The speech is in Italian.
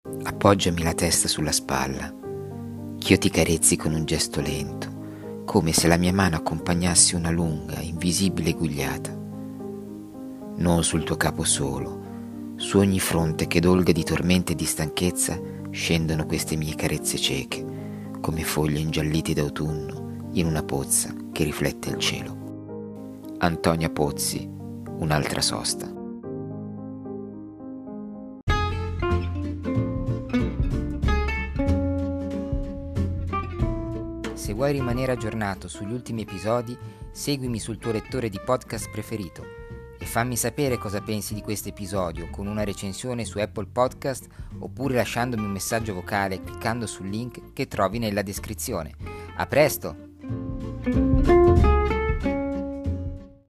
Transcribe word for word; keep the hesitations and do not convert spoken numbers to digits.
Appoggiami la testa sulla spalla, ch'io ti carezzi con un gesto lento, come se la mia mano accompagnasse una lunga, invisibile gugliata. Non sul tuo capo solo, su ogni fronte che dolga di tormento e di stanchezza scendono queste mie carezze cieche, come foglie ingiallite d'autunno in una pozza che riflette il cielo. Antonia Pozzi, Un'altra sosta. Se vuoi rimanere aggiornato sugli ultimi episodi, seguimi sul tuo lettore di podcast preferito e fammi sapere cosa pensi di questo episodio con una recensione su Apple Podcast oppure lasciandomi un messaggio vocale cliccando sul link che trovi nella descrizione. A presto!